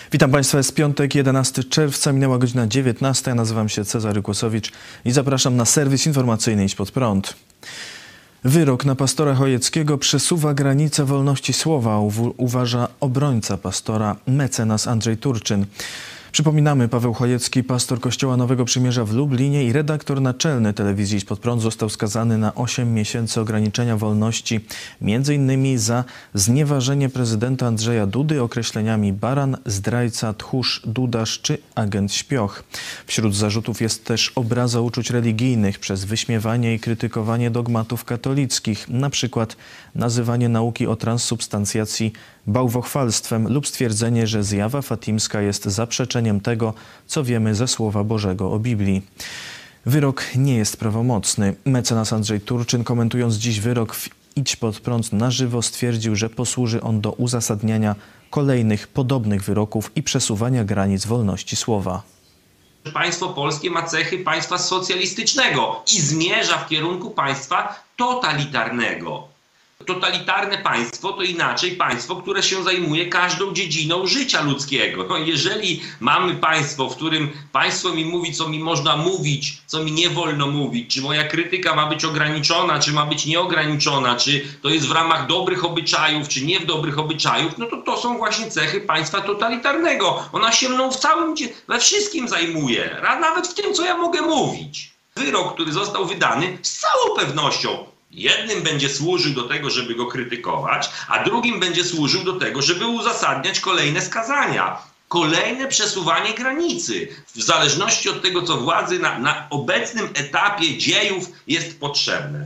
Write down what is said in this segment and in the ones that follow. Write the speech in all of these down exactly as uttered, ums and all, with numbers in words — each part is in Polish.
Witam Państwa, jest piątek, jedenastego czerwca, minęła godzina dziewiętnasta. Ja nazywam się Cezary Kłosowicz i zapraszam na serwis informacyjny Idź Pod Prąd. Wyrok na pastora Chojeckiego przesuwa granicę wolności słowa, uważa obrońca pastora mecenas Andrzej Turczyn. Przypominamy, Paweł Chojecki, pastor Kościoła Nowego Przymierza w Lublinie i redaktor naczelny telewizji Idź Pod Prąd, został skazany na osiem miesięcy ograniczenia wolności, między innymi za znieważenie prezydenta Andrzeja Dudy określeniami baran, zdrajca, tchórz, dudarz czy agent śpioch. Wśród zarzutów jest też obraza uczuć religijnych przez wyśmiewanie i krytykowanie dogmatów katolickich, na przykład nazywanie nauki o transsubstancjacji bałwochwalstwem lub stwierdzenie, że zjawa fatimska jest zaprzeczeniem tego, co wiemy ze Słowa Bożego o Biblii. Wyrok nie jest prawomocny. Mecenas Andrzej Turczyn, komentując dziś wyrok w Idź Pod Prąd na żywo, stwierdził, że posłuży on do uzasadniania kolejnych podobnych wyroków i przesuwania granic wolności słowa. Państwo polskie ma cechy państwa socjalistycznego i zmierza w kierunku państwa totalitarnego. Totalitarne państwo to inaczej państwo, które się zajmuje każdą dziedziną życia ludzkiego. No, jeżeli mamy państwo, w którym państwo mi mówi, co mi można mówić, co mi nie wolno mówić, czy moja krytyka ma być ograniczona, czy ma być nieograniczona, czy to jest w ramach dobrych obyczajów, czy nie w dobrych obyczajów, no to to są właśnie cechy państwa totalitarnego. Ona się mną w całym, we wszystkim zajmuje, a nawet w tym, co ja mogę mówić. Wyrok, który został wydany, z całą pewnością jednym będzie służył do tego, żeby go krytykować, a drugim będzie służył do tego, żeby uzasadniać kolejne skazania. Kolejne przesuwanie granicy. W zależności od tego, co władzy na, na obecnym etapie dziejów jest potrzebne.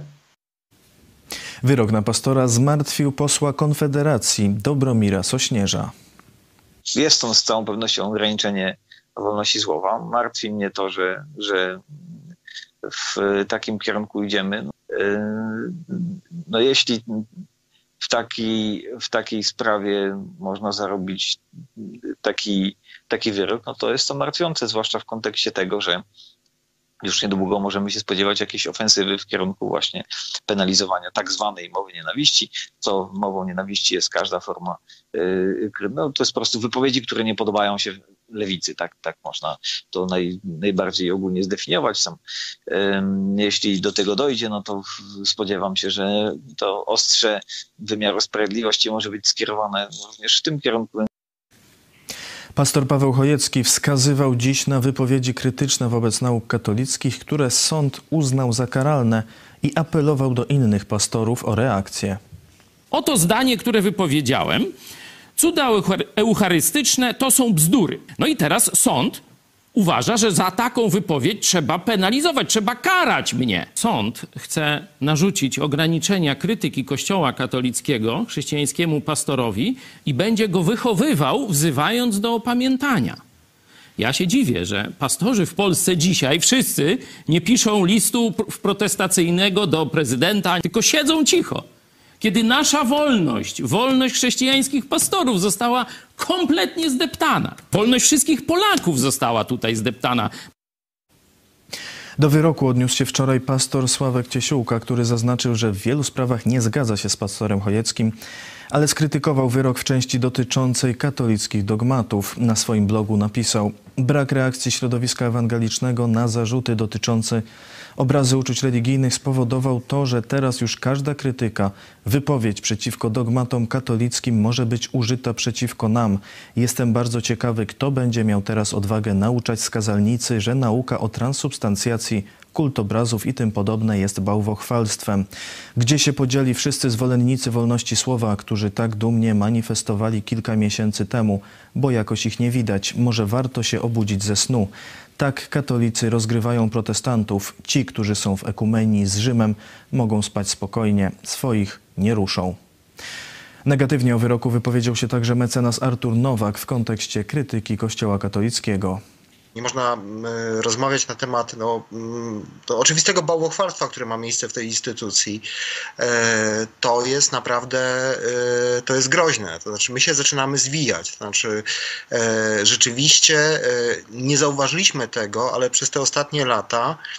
Wyrok na pastora zmartwił posła Konfederacji Dobromira Sośnierza. Jest to z całą pewnością ograniczenie wolności słowa. Martwi mnie to, że, że w takim kierunku idziemy. No jeśli w, taki, w takiej sprawie można zarobić taki, taki wyrok, no to jest to martwiące, zwłaszcza w kontekście tego, że już niedługo możemy się spodziewać jakiejś ofensywy w kierunku właśnie penalizowania tak zwanej mowy nienawiści, co mową nienawiści jest każda forma, yy, no to jest po prostu wypowiedzi, które nie podobają się lewicy, tak, tak można to naj, najbardziej ogólnie zdefiniować. Sam, yy, jeśli do tego dojdzie, no to spodziewam się, że to ostrze wymiaru sprawiedliwości może być skierowane również w tym kierunku. Pastor Paweł Chojecki wskazywał dziś na wypowiedzi krytyczne wobec nauk katolickich, które sąd uznał za karalne, i apelował do innych pastorów o reakcję. Oto zdanie, które wypowiedziałem. Cuda eucharystyczne to są bzdury. No i teraz sąd uważa, że za taką wypowiedź trzeba penalizować, trzeba karać mnie. Sąd chce narzucić ograniczenia krytyki Kościoła katolickiego chrześcijańskiemu pastorowi i będzie go wychowywał, wzywając do opamiętania. Ja się dziwię, że pastorzy w Polsce dzisiaj wszyscy nie piszą listu protestacyjnego do prezydenta, tylko siedzą cicho. Kiedy nasza wolność, wolność chrześcijańskich pastorów została kompletnie zdeptana. Wolność wszystkich Polaków została tutaj zdeptana. Do wyroku odniósł się wczoraj pastor Sławek Ciesiółka, który zaznaczył, że w wielu sprawach nie zgadza się z pastorem Chojeckim, ale skrytykował wyrok w części dotyczącej katolickich dogmatów. Na swoim blogu napisał: brak reakcji środowiska ewangelicznego na zarzuty dotyczące obrazy uczuć religijnych spowodował to, że teraz już każda krytyka, wypowiedź przeciwko dogmatom katolickim może być użyta przeciwko nam. Jestem bardzo ciekawy, kto będzie miał teraz odwagę nauczać skazalnicy, że nauka o transsubstancjacji, kult obrazów i tym podobne jest bałwochwalstwem. Gdzie się podzieli wszyscy zwolennicy wolności słowa, którzy tak dumnie manifestowali kilka miesięcy temu, bo jakoś ich nie widać. Może warto się obudzić ze snu. Tak katolicy rozgrywają protestantów. Ci, którzy są w ekumenii z Rzymem, mogą spać spokojnie. Swoich nie ruszą. Negatywnie o wyroku wypowiedział się także mecenas Artur Nowak w kontekście krytyki Kościoła katolickiego. Nie można y, rozmawiać na temat no, y, to oczywistego bałwochwalstwa, które ma miejsce w tej instytucji. Y, to jest naprawdę, y, to jest groźne. To znaczy my się zaczynamy zwijać. To znaczy y, rzeczywiście y, nie zauważyliśmy tego, ale przez te ostatnie lata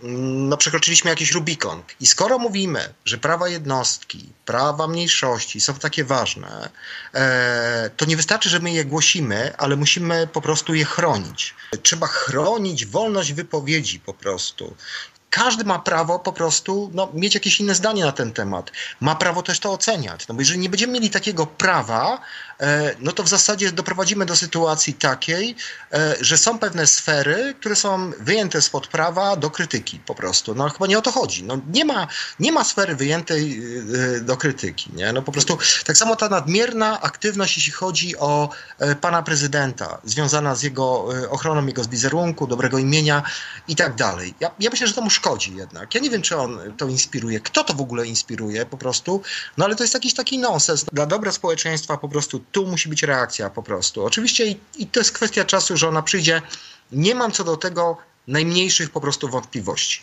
no, przekroczyliśmy jakiś Rubikon. I skoro mówimy, że prawa jednostki, prawa mniejszości są takie ważne, e, to nie wystarczy, że my je głosimy, ale musimy po prostu je chronić. Trzeba chronić wolność wypowiedzi po prostu. Każdy ma prawo po prostu no, mieć jakieś inne zdanie na ten temat. Ma prawo też to oceniać. No bo jeżeli nie będziemy mieli takiego prawa, e, no to w zasadzie doprowadzimy do sytuacji takiej, e, że są pewne sfery, które są wyjęte spod prawa do krytyki po prostu. No chyba nie o to chodzi. No, nie ma, nie ma sfery wyjętej e, do krytyki. Nie? No po prostu tak samo ta nadmierna aktywność, jeśli chodzi o e, pana prezydenta, związana z jego e, ochroną jego z wizerunku, dobrego imienia i tak dalej. Ja, ja myślę, że to mu szkodzi jednak. Ja nie wiem, czy on to inspiruje. Kto to w ogóle inspiruje po prostu? No ale to jest jakiś taki nonsens. Dla dobra społeczeństwa po prostu tu musi być reakcja po prostu. Oczywiście i, i to jest kwestia czasu, że ona przyjdzie. Nie mam co do tego najmniejszych po prostu wątpliwości.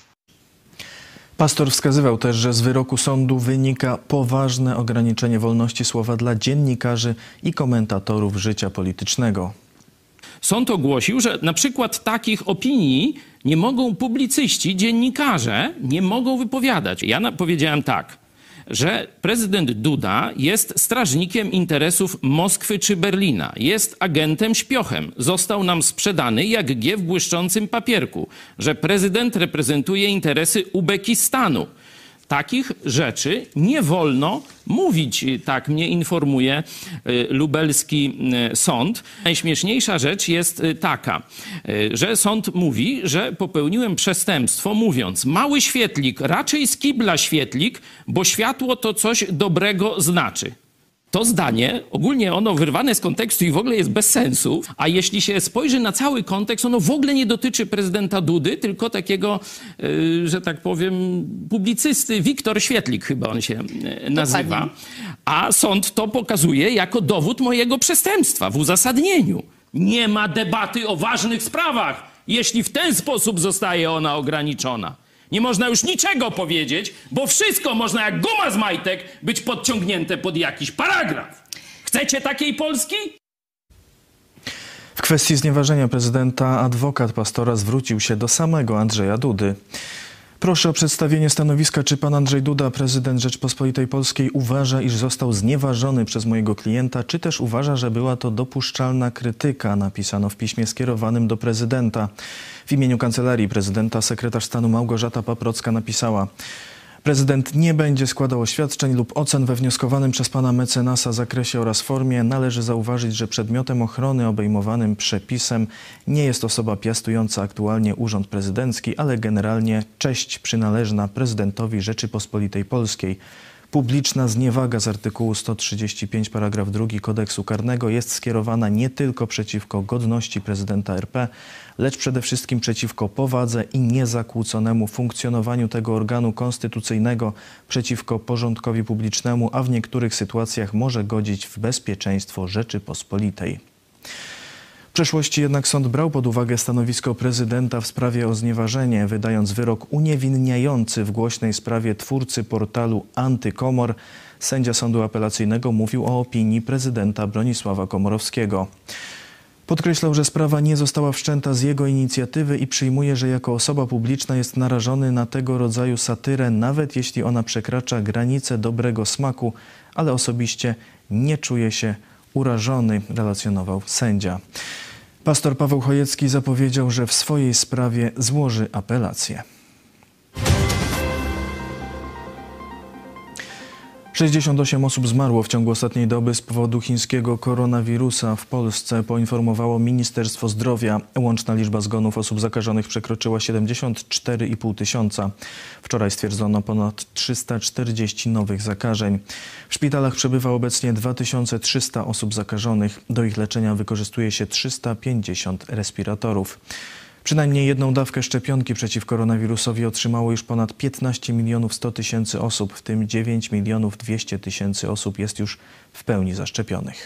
Pastor wskazywał też, że z wyroku sądu wynika poważne ograniczenie wolności słowa dla dziennikarzy i komentatorów życia politycznego. Sąd ogłosił, że na przykład takich opinii nie mogą publicyści, dziennikarze nie mogą wypowiadać. Ja powiedziałem tak, że prezydent Duda jest strażnikiem interesów Moskwy czy Berlina. Jest agentem śpiochem. Został nam sprzedany jak G w błyszczącym papierku. Że prezydent reprezentuje interesy Uzbekistanu. Takich rzeczy nie wolno mówić, tak mnie informuje lubelski sąd. Najśmieszniejsza rzecz jest taka, że sąd mówi, że popełniłem przestępstwo, mówiąc: mały świetlik, raczej z kibla świetlik, bo światło to coś dobrego znaczy. To zdanie, ogólnie ono wyrwane z kontekstu i w ogóle jest bez sensu, a jeśli się spojrzy na cały kontekst, ono w ogóle nie dotyczy prezydenta Dudy, tylko takiego, yy, że tak powiem, publicysty, Wiktor Świetlik chyba on się yy, nazywa. Dokładnie. A sąd to pokazuje jako dowód mojego przestępstwa w uzasadnieniu. Nie ma debaty o ważnych sprawach, jeśli w ten sposób zostaje ona ograniczona. Nie można już niczego powiedzieć, bo wszystko można jak guma z majtek być podciągnięte pod jakiś paragraf. Chcecie takiej Polski? W kwestii znieważenia prezydenta adwokat pastora zwrócił się do samego Andrzeja Dudy. Proszę o przedstawienie stanowiska, czy pan Andrzej Duda, prezydent Rzeczpospolitej Polskiej, uważa, iż został znieważony przez mojego klienta, czy też uważa, że była to dopuszczalna krytyka, napisano w piśmie skierowanym do prezydenta. W imieniu Kancelarii Prezydenta sekretarz stanu Małgorzata Paprocka napisała: prezydent nie będzie składał oświadczeń lub ocen we wnioskowanym przez pana mecenasa zakresie oraz formie. Należy zauważyć, że przedmiotem ochrony obejmowanym przepisem nie jest osoba piastująca aktualnie urząd prezydencki, ale generalnie cześć przynależna prezydentowi Rzeczypospolitej Polskiej. Publiczna zniewaga z artykułu sto trzydzieści pięć paragraf drugi kodeksu karnego jest skierowana nie tylko przeciwko godności prezydenta R P, lecz przede wszystkim przeciwko powadze i niezakłóconemu funkcjonowaniu tego organu konstytucyjnego, przeciwko porządkowi publicznemu, a w niektórych sytuacjach może godzić w bezpieczeństwo Rzeczypospolitej. W przeszłości jednak sąd brał pod uwagę stanowisko prezydenta w sprawie o znieważenie, wydając wyrok uniewinniający w głośnej sprawie twórcy portalu Antykomor. Sędzia sądu apelacyjnego mówił o opinii prezydenta Bronisława Komorowskiego. Podkreślał, że sprawa nie została wszczęta z jego inicjatywy i przyjmuje, że jako osoba publiczna jest narażony na tego rodzaju satyrę, nawet jeśli ona przekracza granice dobrego smaku, ale osobiście nie czuje się urażony, relacjonował sędzia. Pastor Paweł Chojecki zapowiedział, że w swojej sprawie złoży apelację. sześćdziesiąt osiem osób zmarło w ciągu ostatniej doby z powodu chińskiego koronawirusa w Polsce, poinformowało Ministerstwo Zdrowia. Łączna liczba zgonów osób zakażonych przekroczyła siedemdziesiąt cztery i pół tysiąca. Wczoraj stwierdzono ponad trzysta czterdzieści nowych zakażeń. W szpitalach przebywa obecnie dwa tysiące trzysta osób zakażonych. Do ich leczenia wykorzystuje się trzysta pięćdziesiąt respiratorów. Przynajmniej jedną dawkę szczepionki przeciw koronawirusowi otrzymało już ponad piętnaście milionów sto tysięcy osób, w tym dziewięć milionów dwieście tysięcy osób jest już w pełni zaszczepionych.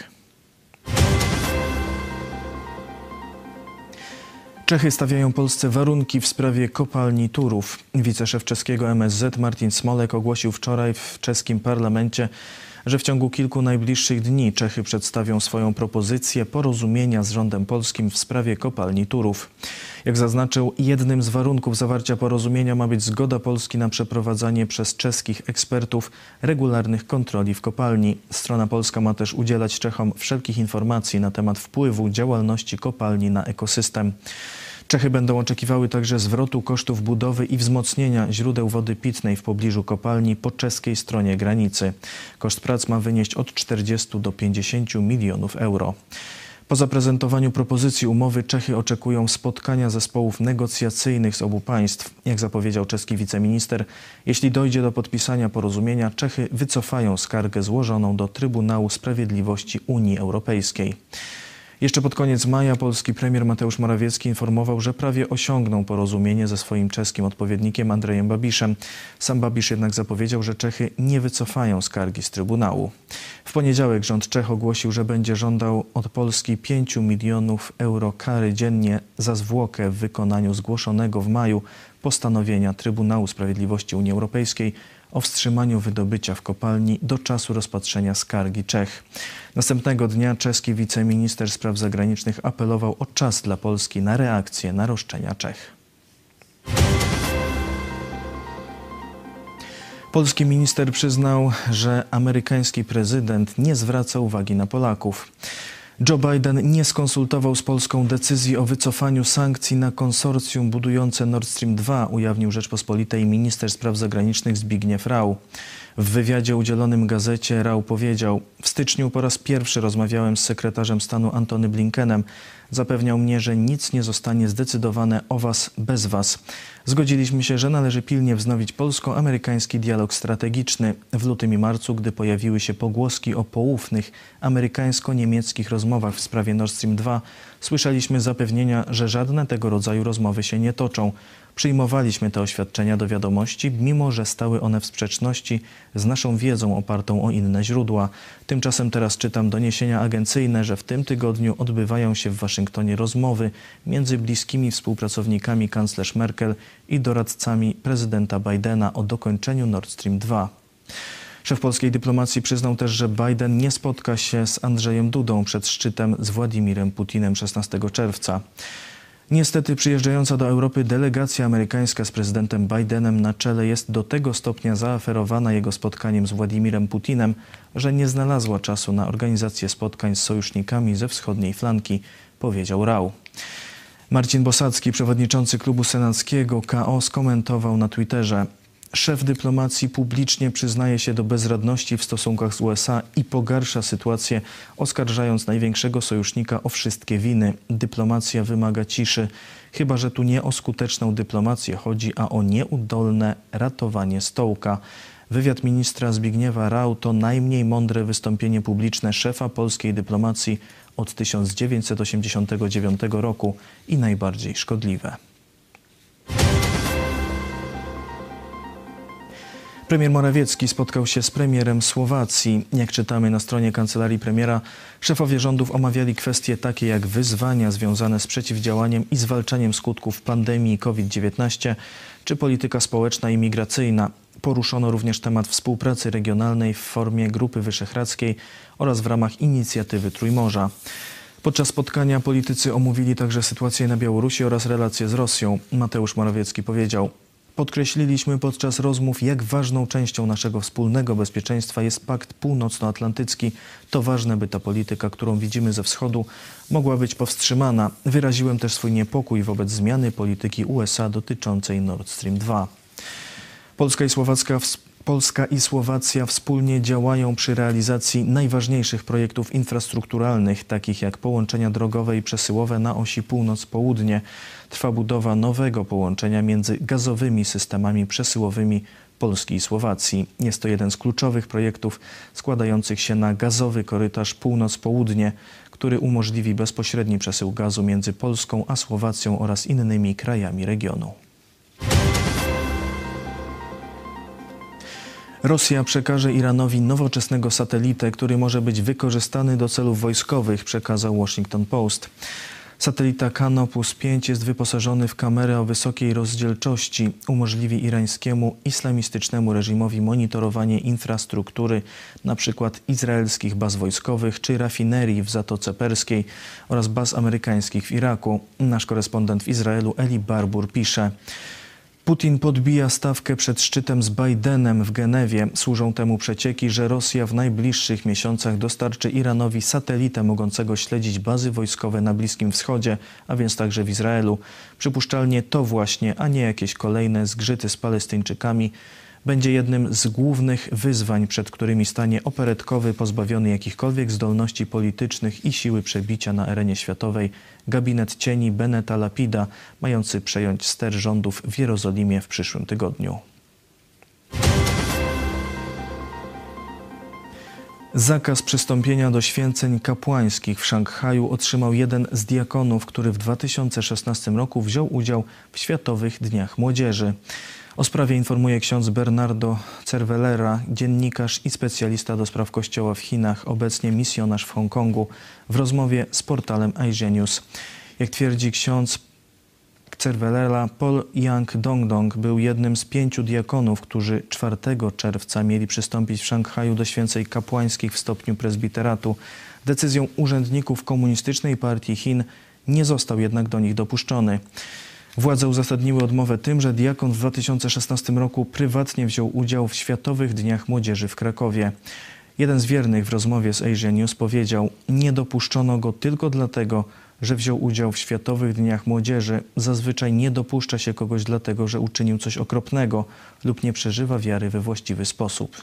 Czechy stawiają Polsce warunki w sprawie kopalni Turów. Wiceszef czeskiego M S Z Martin Smolek ogłosił wczoraj w czeskim parlamencie, że w ciągu kilku najbliższych dni Czechy przedstawią swoją propozycję porozumienia z rządem polskim w sprawie kopalni Turów. Jak zaznaczył, jednym z warunków zawarcia porozumienia ma być zgoda Polski na przeprowadzanie przez czeskich ekspertów regularnych kontroli w kopalni. Strona polska ma też udzielać Czechom wszelkich informacji na temat wpływu działalności kopalni na ekosystem. Czechy będą oczekiwały także zwrotu kosztów budowy i wzmocnienia źródeł wody pitnej w pobliżu kopalni po czeskiej stronie granicy. Koszt prac ma wynieść od czterdziestu do pięćdziesięciu milionów euro. Po zaprezentowaniu propozycji umowy Czechy oczekują spotkania zespołów negocjacyjnych z obu państw. Jak zapowiedział czeski wiceminister, jeśli dojdzie do podpisania porozumienia, Czechy wycofają skargę złożoną do Trybunału Sprawiedliwości Unii Europejskiej. Jeszcze pod koniec maja polski premier Mateusz Morawiecki informował, że prawie osiągnął porozumienie ze swoim czeskim odpowiednikiem Andrejem Babiszem. Sam Babisz jednak zapowiedział, że Czechy nie wycofają skargi z Trybunału. W poniedziałek rząd Czech ogłosił, że będzie żądał od Polski pięciu milionów euro kary dziennie za zwłokę w wykonaniu zgłoszonego w maju postanowienia Trybunału Sprawiedliwości Unii Europejskiej o wstrzymaniu wydobycia w kopalni do czasu rozpatrzenia skargi Czech. Następnego dnia czeski wiceminister spraw zagranicznych apelował o czas dla Polski na reakcję na roszczenia Czech. Polski minister przyznał, że amerykański prezydent nie zwraca uwagi na Polaków. Joe Biden nie skonsultował z Polską decyzji o wycofaniu sankcji na konsorcjum budujące Nord Stream dwa, ujawnił Rzeczpospolitej minister spraw zagranicznych Zbigniew Rau. W wywiadzie udzielonym gazecie Rau powiedział: w styczniu po raz pierwszy rozmawiałem z sekretarzem stanu Antony Blinkenem. Zapewniał mnie, że nic nie zostanie zdecydowane o was bez was. Zgodziliśmy się, że należy pilnie wznowić polsko-amerykański dialog strategiczny. W lutym i marcu, gdy pojawiły się pogłoski o poufnych amerykańsko-niemieckich rozmowach w sprawie Nord Stream dwa, słyszeliśmy zapewnienia, że żadne tego rodzaju rozmowy się nie toczą. Przyjmowaliśmy te oświadczenia do wiadomości, mimo że stały one w sprzeczności z naszą wiedzą opartą o inne źródła. Tymczasem teraz czytam doniesienia agencyjne, że w tym tygodniu odbywają się w Waszyngtonie rozmowy między bliskimi współpracownikami kanclerz Merkel i doradcami prezydenta Bidena o dokończeniu Nord Stream dwa. Szef polskiej dyplomacji przyznał też, że Biden nie spotka się z Andrzejem Dudą przed szczytem z Władimirem Putinem szesnastego czerwca. Niestety przyjeżdżająca do Europy delegacja amerykańska z prezydentem Bidenem na czele jest do tego stopnia zaaferowana jego spotkaniem z Władimirem Putinem, że nie znalazła czasu na organizację spotkań z sojusznikami ze wschodniej flanki, powiedział Rau. Marcin Bosacki, przewodniczący klubu senackiego K O, skomentował na Twitterze: szef dyplomacji publicznie przyznaje się do bezradności w stosunkach z U S A i pogarsza sytuację, oskarżając największego sojusznika o wszystkie winy. Dyplomacja wymaga ciszy, chyba że tu nie o skuteczną dyplomację chodzi, a o nieudolne ratowanie stołka. Wywiad ministra Zbigniewa Rau to najmniej mądre wystąpienie publiczne szefa polskiej dyplomacji od tysiąc dziewięćset osiemdziesiątego dziewiątego roku i najbardziej szkodliwe. Premier Morawiecki spotkał się z premierem Słowacji. Jak czytamy na stronie kancelarii premiera, szefowie rządów omawiali kwestie takie jak wyzwania związane z przeciwdziałaniem i zwalczaniem skutków pandemii COVID dziewiętnaście czy polityka społeczna i migracyjna. Poruszono również temat współpracy regionalnej w formie Grupy Wyszehradzkiej oraz w ramach inicjatywy Trójmorza. Podczas spotkania politycy omówili także sytuację na Białorusi oraz relacje z Rosją. Mateusz Morawiecki powiedział: podkreśliliśmy podczas rozmów, jak ważną częścią naszego wspólnego bezpieczeństwa jest Pakt Północnoatlantycki. To ważne, by ta polityka, którą widzimy ze wschodu, mogła być powstrzymana. Wyraziłem też swój niepokój wobec zmiany polityki U S A dotyczącej Nord Stream dwa. Polska i Słowacka Polska i Słowacja wspólnie działają przy realizacji najważniejszych projektów infrastrukturalnych, takich jak połączenia drogowe i przesyłowe na osi północ-południe. Trwa budowa nowego połączenia między gazowymi systemami przesyłowymi Polski i Słowacji. Jest to jeden z kluczowych projektów składających się na gazowy korytarz północ-południe, który umożliwi bezpośredni przesył gazu między Polską a Słowacją oraz innymi krajami regionu. Rosja przekaże Iranowi nowoczesnego satelitę, który może być wykorzystany do celów wojskowych, przekazał Washington Post. Satelita Canopus pięć jest wyposażony w kamery o wysokiej rozdzielczości. Umożliwi irańskiemu islamistycznemu reżimowi monitorowanie infrastruktury, np. izraelskich baz wojskowych czy rafinerii w Zatoce Perskiej oraz baz amerykańskich w Iraku. Nasz korespondent w Izraelu Eli Barbour pisze: Putin podbija stawkę przed szczytem z Bidenem w Genewie. Służą temu przecieki, że Rosja w najbliższych miesiącach dostarczy Iranowi satelitę mogącego śledzić bazy wojskowe na Bliskim Wschodzie, a więc także w Izraelu. Przypuszczalnie to właśnie, a nie jakieś kolejne zgrzyty z Palestyńczykami, będzie jednym z głównych wyzwań, przed którymi stanie operetkowy pozbawiony jakichkolwiek zdolności politycznych i siły przebicia na arenie światowej gabinet cieni Beneta Lapida, mający przejąć ster rządów w Jerozolimie w przyszłym tygodniu. Zakaz przystąpienia do święceń kapłańskich w Szanghaju otrzymał jeden z diakonów, który w dwa tysiące szesnastym roku wziął udział w Światowych Dniach Młodzieży. O sprawie informuje ksiądz Bernardo Cervelera, dziennikarz i specjalista do spraw Kościoła w Chinach, obecnie misjonarz w Hongkongu, w rozmowie z portalem Asia News. Jak twierdzi ksiądz Cervelera, Paul Yang Dongdong był jednym z pięciu diakonów, którzy czwartego czerwca mieli przystąpić w Szanghaju do święceń kapłańskich w stopniu prezbiteratu. Decyzją urzędników Komunistycznej Partii Chin nie został jednak do nich dopuszczony. Władze uzasadniły odmowę tym, że diakon w dwa tysiące szesnastym roku prywatnie wziął udział w Światowych Dniach Młodzieży w Krakowie. Jeden z wiernych w rozmowie z Asia News powiedział: nie dopuszczono go tylko dlatego, że wziął udział w Światowych Dniach Młodzieży. Zazwyczaj nie dopuszcza się kogoś dlatego, że uczynił coś okropnego lub nie przeżywa wiary we właściwy sposób.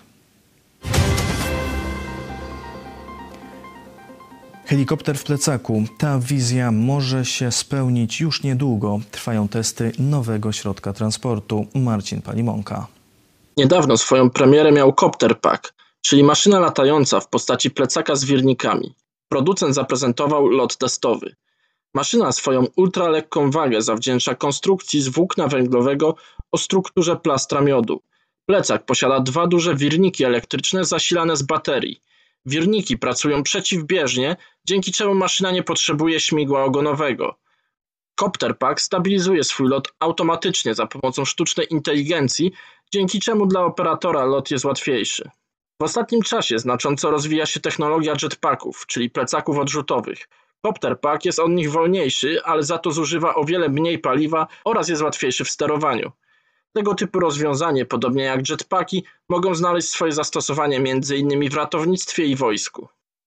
Helikopter w plecaku. Ta wizja może się spełnić już niedługo. Trwają testy nowego środka transportu. Marcin Palimonka. Niedawno swoją premierę miał Copter Pack, czyli maszyna latająca w postaci plecaka z wirnikami. Producent zaprezentował lot testowy. Maszyna swoją ultralekką wagę zawdzięcza konstrukcji z włókna węglowego o strukturze plastra miodu. Plecak posiada dwa duże wirniki elektryczne zasilane z baterii. Wirniki pracują przeciwbieżnie, dzięki czemu maszyna nie potrzebuje śmigła ogonowego. Copter Pack stabilizuje swój lot automatycznie za pomocą sztucznej inteligencji, dzięki czemu dla operatora lot jest łatwiejszy. W ostatnim czasie znacząco rozwija się technologia jetpacków, czyli plecaków odrzutowych. Copter Pack jest od nich wolniejszy, ale za to zużywa o wiele mniej paliwa oraz jest łatwiejszy w sterowaniu. Tego typu rozwiązanie, podobnie jak jetpacki, mogą znaleźć swoje zastosowanie między innymi w ratownictwie i wojsku.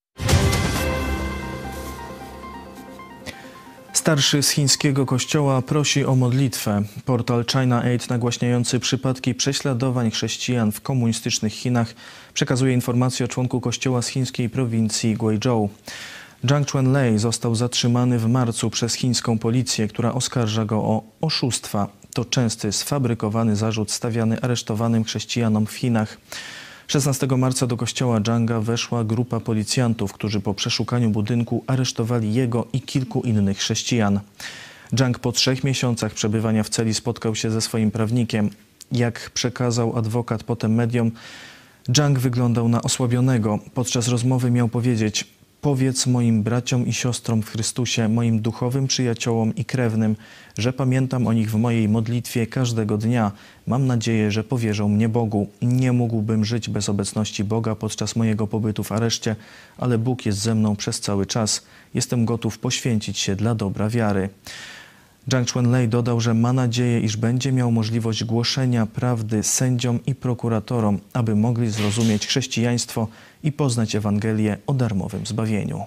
Starszy z chińskiego kościoła prosi o modlitwę. Portal China Aid, nagłaśniający przypadki prześladowań chrześcijan w komunistycznych Chinach, przekazuje informacje o członku kościoła z chińskiej prowincji Guizhou. Zhang Chuanlei został zatrzymany w marcu przez chińską policję, która oskarża go o oszustwa. To częsty, sfabrykowany zarzut stawiany aresztowanym chrześcijanom w Chinach. szesnastego marca do kościoła Zhanga weszła grupa policjantów, którzy po przeszukaniu budynku aresztowali jego i kilku innych chrześcijan. Zhang po trzech miesiącach przebywania w celi spotkał się ze swoim prawnikiem. Jak przekazał adwokat potem mediom, Zhang wyglądał na osłabionego. Podczas rozmowy miał powiedzieć: powiedz moim braciom i siostrom w Chrystusie, moim duchowym przyjaciołom i krewnym, że pamiętam o nich w mojej modlitwie każdego dnia. Mam nadzieję, że powierzą mnie Bogu. Nie mógłbym żyć bez obecności Boga podczas mojego pobytu w areszcie, ale Bóg jest ze mną przez cały czas. Jestem gotów poświęcić się dla dobra wiary. Zhang Chuanlei dodał, że ma nadzieję, iż będzie miał możliwość głoszenia prawdy sędziom i prokuratorom, aby mogli zrozumieć chrześcijaństwo i poznać Ewangelię o darmowym zbawieniu.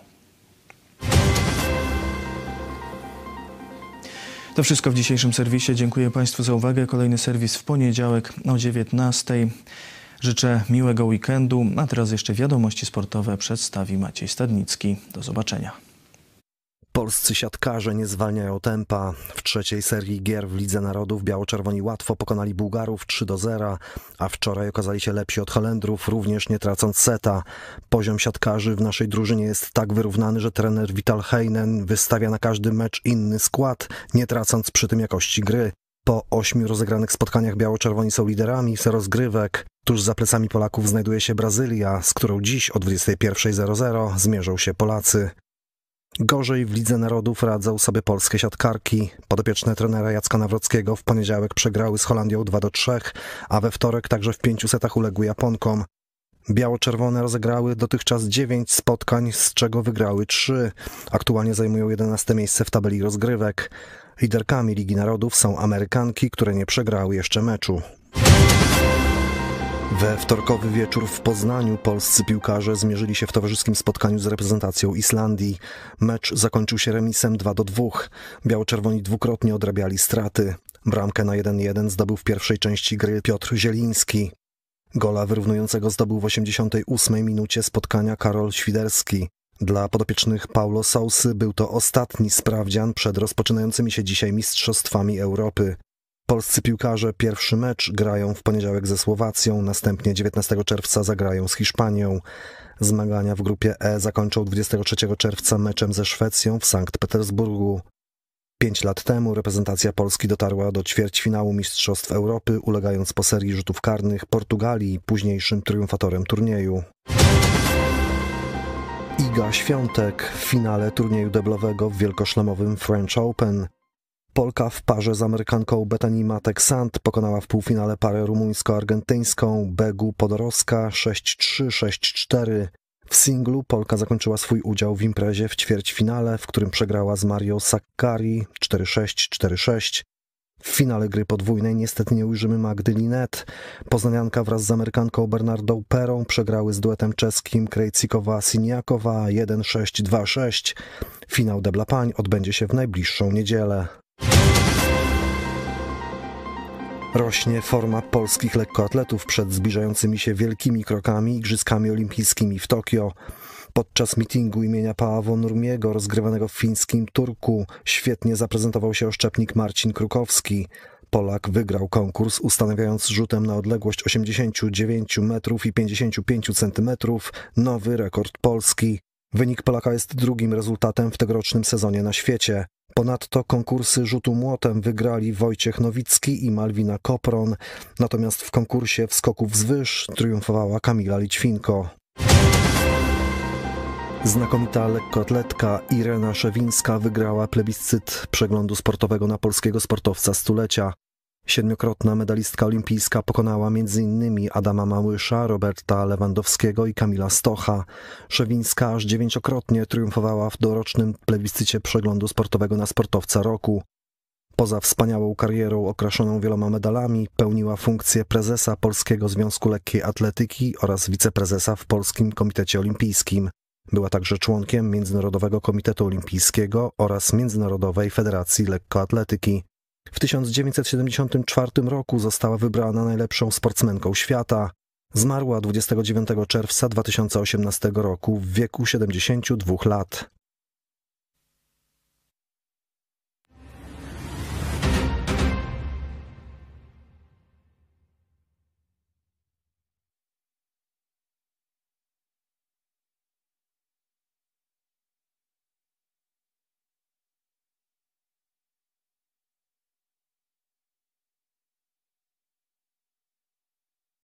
To wszystko w dzisiejszym serwisie. Dziękuję Państwu za uwagę. Kolejny serwis w poniedziałek o dziewiętnastej. Życzę miłego weekendu, a teraz jeszcze wiadomości sportowe przedstawi Maciej Stadnicki. Do zobaczenia. Polscy siatkarze nie zwalniają tempa. W trzeciej serii gier w Lidze Narodów biało-czerwoni łatwo pokonali Bułgarów trzy do zera, a wczoraj okazali się lepsi od Holendrów, również nie tracąc seta. Poziom siatkarzy w naszej drużynie jest tak wyrównany, że trener Vital Heinen wystawia na każdy mecz inny skład, nie tracąc przy tym jakości gry. Po ośmiu rozegranych spotkaniach biało-czerwoni są liderami z rozgrywek. Tuż za plecami Polaków znajduje się Brazylia, z którą dziś o dwudziestej pierwszej zero zero zmierzą się Polacy. Gorzej w Lidze Narodów radzą sobie polskie siatkarki. Podopieczne trenera Jacka Nawrockiego w poniedziałek przegrały z Holandią dwa do trzech, a we wtorek także w pięciu setach uległy Japonkom. Biało-czerwone rozegrały dotychczas dziewięć spotkań, z czego wygrały trzy. Aktualnie zajmują jedenaste miejsce w tabeli rozgrywek. Liderkami Ligi Narodów są Amerykanki, które nie przegrały jeszcze meczu. We wtorkowy wieczór w Poznaniu polscy piłkarze zmierzyli się w towarzyskim spotkaniu z reprezentacją Islandii. Mecz zakończył się remisem dwa do dwóch. Biało-czerwoni dwukrotnie odrabiali straty. Bramkę na jeden jeden zdobył w pierwszej części gry Piotr Zieliński. Gola wyrównującego zdobył w osiemdziesiątej ósmej minucie spotkania Karol Świderski. Dla podopiecznych Paulo Sousy był to ostatni sprawdzian przed rozpoczynającymi się dzisiaj Mistrzostwami Europy. Polscy piłkarze pierwszy mecz grają w poniedziałek ze Słowacją, następnie dziewiętnastego czerwca zagrają z Hiszpanią. Zmagania w grupie E zakończą dwudziestego trzeciego czerwca meczem ze Szwecją w Sankt Petersburgu. Pięć lat temu reprezentacja Polski dotarła do ćwierćfinału Mistrzostw Europy, ulegając po serii rzutów karnych Portugalii, późniejszym triumfatorem turnieju. Iga Świątek w finale turnieju deblowego w wielkoszlemowym French Open. Polka w parze z Amerykanką Bethany Matek-Sant pokonała w półfinale parę rumuńsko-argentyńską Begu Podoroska sześć trzy sześć cztery. W singlu Polka zakończyła swój udział w imprezie w ćwierćfinale, w którym przegrała z Marią Sakkari cztery sześć cztery sześć. W finale gry podwójnej niestety nie ujrzymy Magdy Linet. Poznanianka wraz z Amerykanką Bernardą Perą przegrały z duetem czeskim Krejcikowa-Siniakowa jeden sześć dwa sześć. Finał debla pań odbędzie się w najbliższą niedzielę. Rośnie forma polskich lekkoatletów przed zbliżającymi się wielkimi krokami Igrzyskami Olimpijskimi w Tokio. Podczas mitingu imienia Paavo Nurmiego rozgrywanego w fińskim Turku świetnie zaprezentował się oszczepnik Marcin Krukowski. Polak wygrał konkurs, ustanawiając rzutem na odległość osiemdziesiąt dziewięć metrów i pięćdziesiąt pięć centymetrów nowy rekord Polski. Wynik Polaka jest drugim rezultatem w tegorocznym sezonie na świecie. Ponadto konkursy rzutu młotem wygrali Wojciech Nowicki i Malwina Kopron, natomiast w konkursie w skoku wzwyż triumfowała Kamila Lićwinko. Znakomita lekkoatletka Irena Szewińska wygrała plebiscyt przeglądu sportowego na polskiego sportowca stulecia. Siedmiokrotna medalistka olimpijska pokonała m.in. Adama Małysza, Roberta Lewandowskiego i Kamila Stocha. Szewińska aż dziewięciokrotnie triumfowała w dorocznym plebiscycie przeglądu sportowego na sportowca roku. Poza wspaniałą karierą okraszoną wieloma medalami, pełniła funkcję prezesa Polskiego Związku Lekkiej Atletyki oraz wiceprezesa w Polskim Komitecie Olimpijskim. Była także członkiem Międzynarodowego Komitetu Olimpijskiego oraz Międzynarodowej Federacji Lekkoatletyki. W tysiąc dziewięćset siedemdziesiątym czwartym roku została wybrana najlepszą sportsmenką świata. Zmarła dwudziestego dziewiątego czerwca dwa tysiące osiemnastego roku w wieku siedemdziesięciu dwóch lat.